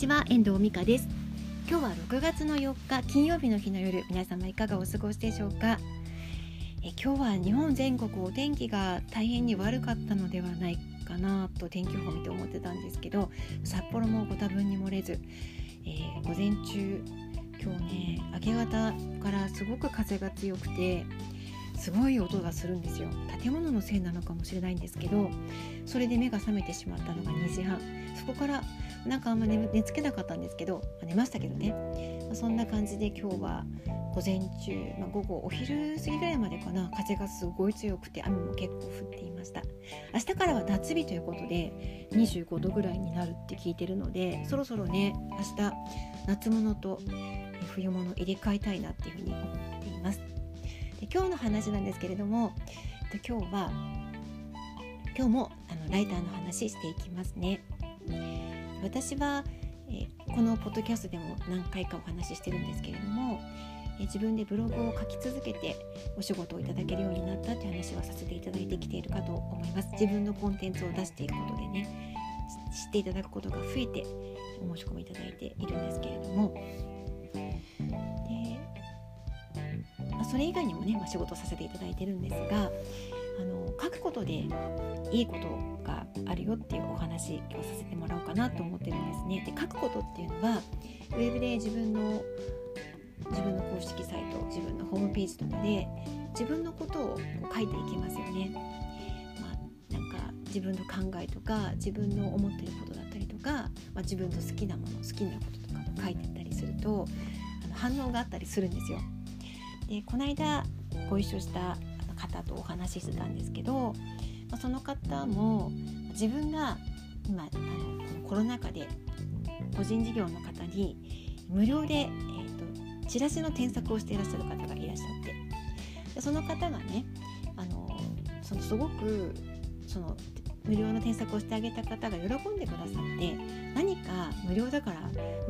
ちは、遠藤美香です。今日は6月の4日金曜日の日の夜、皆様いかがお過ごしでしょうか。今日は日本全国お天気が大変に悪かったのではないかなと天気予報を見て思ってたんですけど、札幌もご多分に漏れず、午前中今日ね、明け方からすごく風が強くてすごい音がするんですよ。建物のせいなのかもしれないんですけど、それで目が覚めてしまったのが2時半。そこからなんかあんま寝つけなかったんですけど、寝ましたけどね。そんな感じで今日は午前中、午後お昼過ぎぐらいまでかな、風がすごい強くて雨も結構降っていました。明日からは夏日ということで25度ぐらいになるって聞いてるので、そろそろね、明日夏物と冬物入れ替えたいなっていうふうに思っています。で、今日の話なんですけれども、今日もライターの話していきますね。私は、このポッドキャストでも何回かお話ししてるんですけれども、自分でブログを書き続けてお仕事をいただけるようになったという話はさせていただいてきているかと思います。自分のコンテンツを出していくことでね、知っていただくことが増えてお申し込みいただいているんですけれども、で、それ以外にもね、仕事をさせていただいてるんですが、書くことでいいことがあるよっていうお話をさせてもらおうかなと思ってるんですね。で、書くことっていうのはウェブで自分の公式サイト、自分のホームページとかで自分のことを書いていきますよね。なんか自分の考えとか自分の思っていることだったりとか、自分の好きなもの、好きなこととかも書いてったりすると反応があったりするんですよ。で、この間ご一緒した方とお話ししてたんですけど、その方も自分が今このコロナ禍で個人事業の方に無料で、チラシの添削をしていらっしゃる方がいらっしゃって、でその方がね、すごく無料の添削をしてあげた方が喜んでくださって、何か無料だから、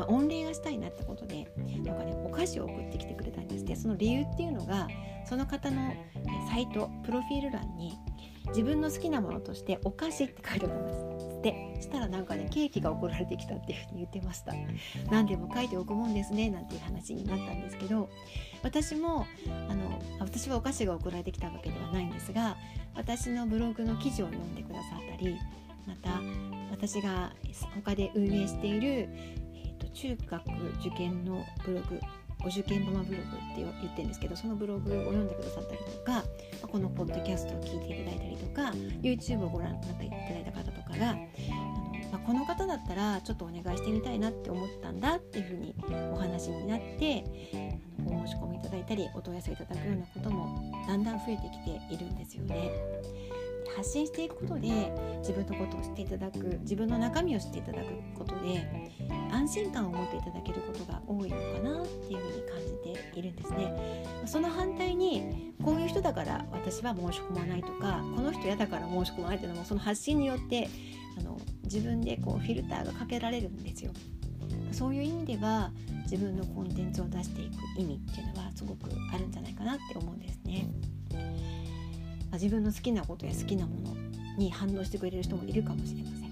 御礼がしたいなってことでお菓子を送ってきてくれたんです。で、その理由っていうのが、その方のサイトプロフィール欄に自分の好きなものとしてお菓子って書いてあるんです。で、したらケーキが送られてきたっていうふうに言ってました。何でも書いておくもんですねなんていう話になったんですけど、私はお菓子が送られてきたわけではないんですが、私のブログの記事を読んでくださったり、また私が他で運営している、中学受験のブログ、お受験ママブログって言ってるんですけど、そのブログを読んでくださったりとか、このポッドキャストを聞いていただいたりとか、 YouTube をご覧になっていただいた方とかがこの方だったらちょっとお願いしてみたいなって思ったんだっていうふうにお話になって、お申し込みいただいたりお問い合わせいただくようなこともだんだん増えてきているんですよね。発信していくことで自分のことを知っていただく、自分の中身を知っていただくことで安心感を持っていただけることが多いのかなっていうふうに感じているんですね。その反対に、こういう人だから私は申し込まないとか、この人嫌だから申し込まないっていうのも、その発信によって自分でフィルターがかけられるんですよ。そういう意味では自分のコンテンツを出していく意味っていうのはすごくあるんじゃないかなって思うんですね。自分の好きなことや好きなものに反応してくれる人もいるかもしれません。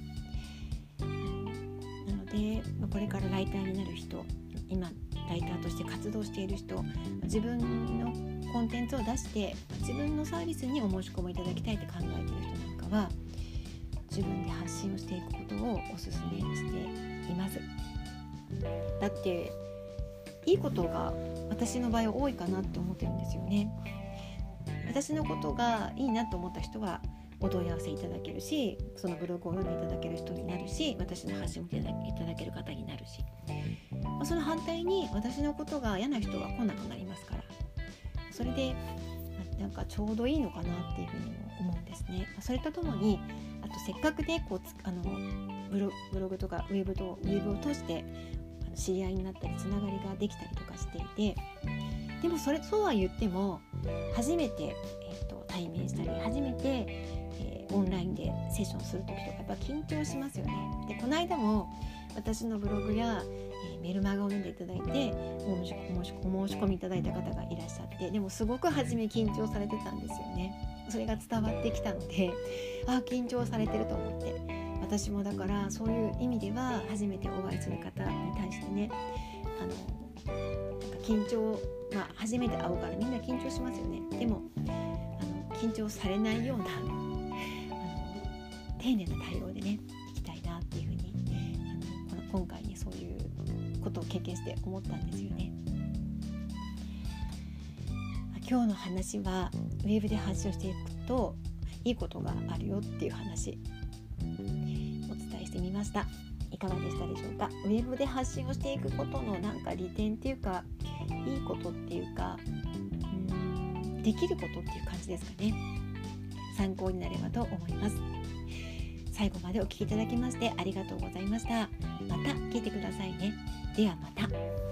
なので、これからライターになる人、今ライターとして活動している人、自分のコンテンツを出して自分のサービスにお申し込みいただきたいって考えている人なんかは、自分で発信をしていくことをお勧めしています。だっていいことが私の場合は多いかなって思ってるんですよね。私のことがいいなと思った人はお問い合わせいただけるし、そのブログを読んでいただける人になるし、私の発信をいただける方になるし、その反対に私のことが嫌な人は来なくなりますから、それでちょうどいいのかなっていうふうにも思うんですね。それとともに、あとせっかくねブログとかウェブを通して知り合いになったりつながりができたりとかしていて、でもそうは言っても初めて、対面したり初めて、オンラインでセッションする時とかやっぱ緊張しますよね。で、この間も私のブログや、メルマガを読んでいただいてお申し込みいただいた方がいらっしゃって、でもすごく初め緊張されてたんですよね。それが伝わってきたので、緊張されてると思って、 私もだからそういう意味では初めてお会いする方に対してね、なんか緊張、初めて会うからみんな緊張しますよね。でも緊張されないような丁寧な対応でねいきたいなっていうふうに今回ねそういうことを経験して思ったんですよね。今日の話はウェブで発信していくといいことがあるよっていう話お伝えしてみました。いかがでしたでしょうか。ウェブで発信をしていくことのなんか利点っていうかいいことっていうかできることっていう感じですかね。参考になればと思います。最後までお聞きいただきましてありがとうございました。また聞いてくださいね。ではまた。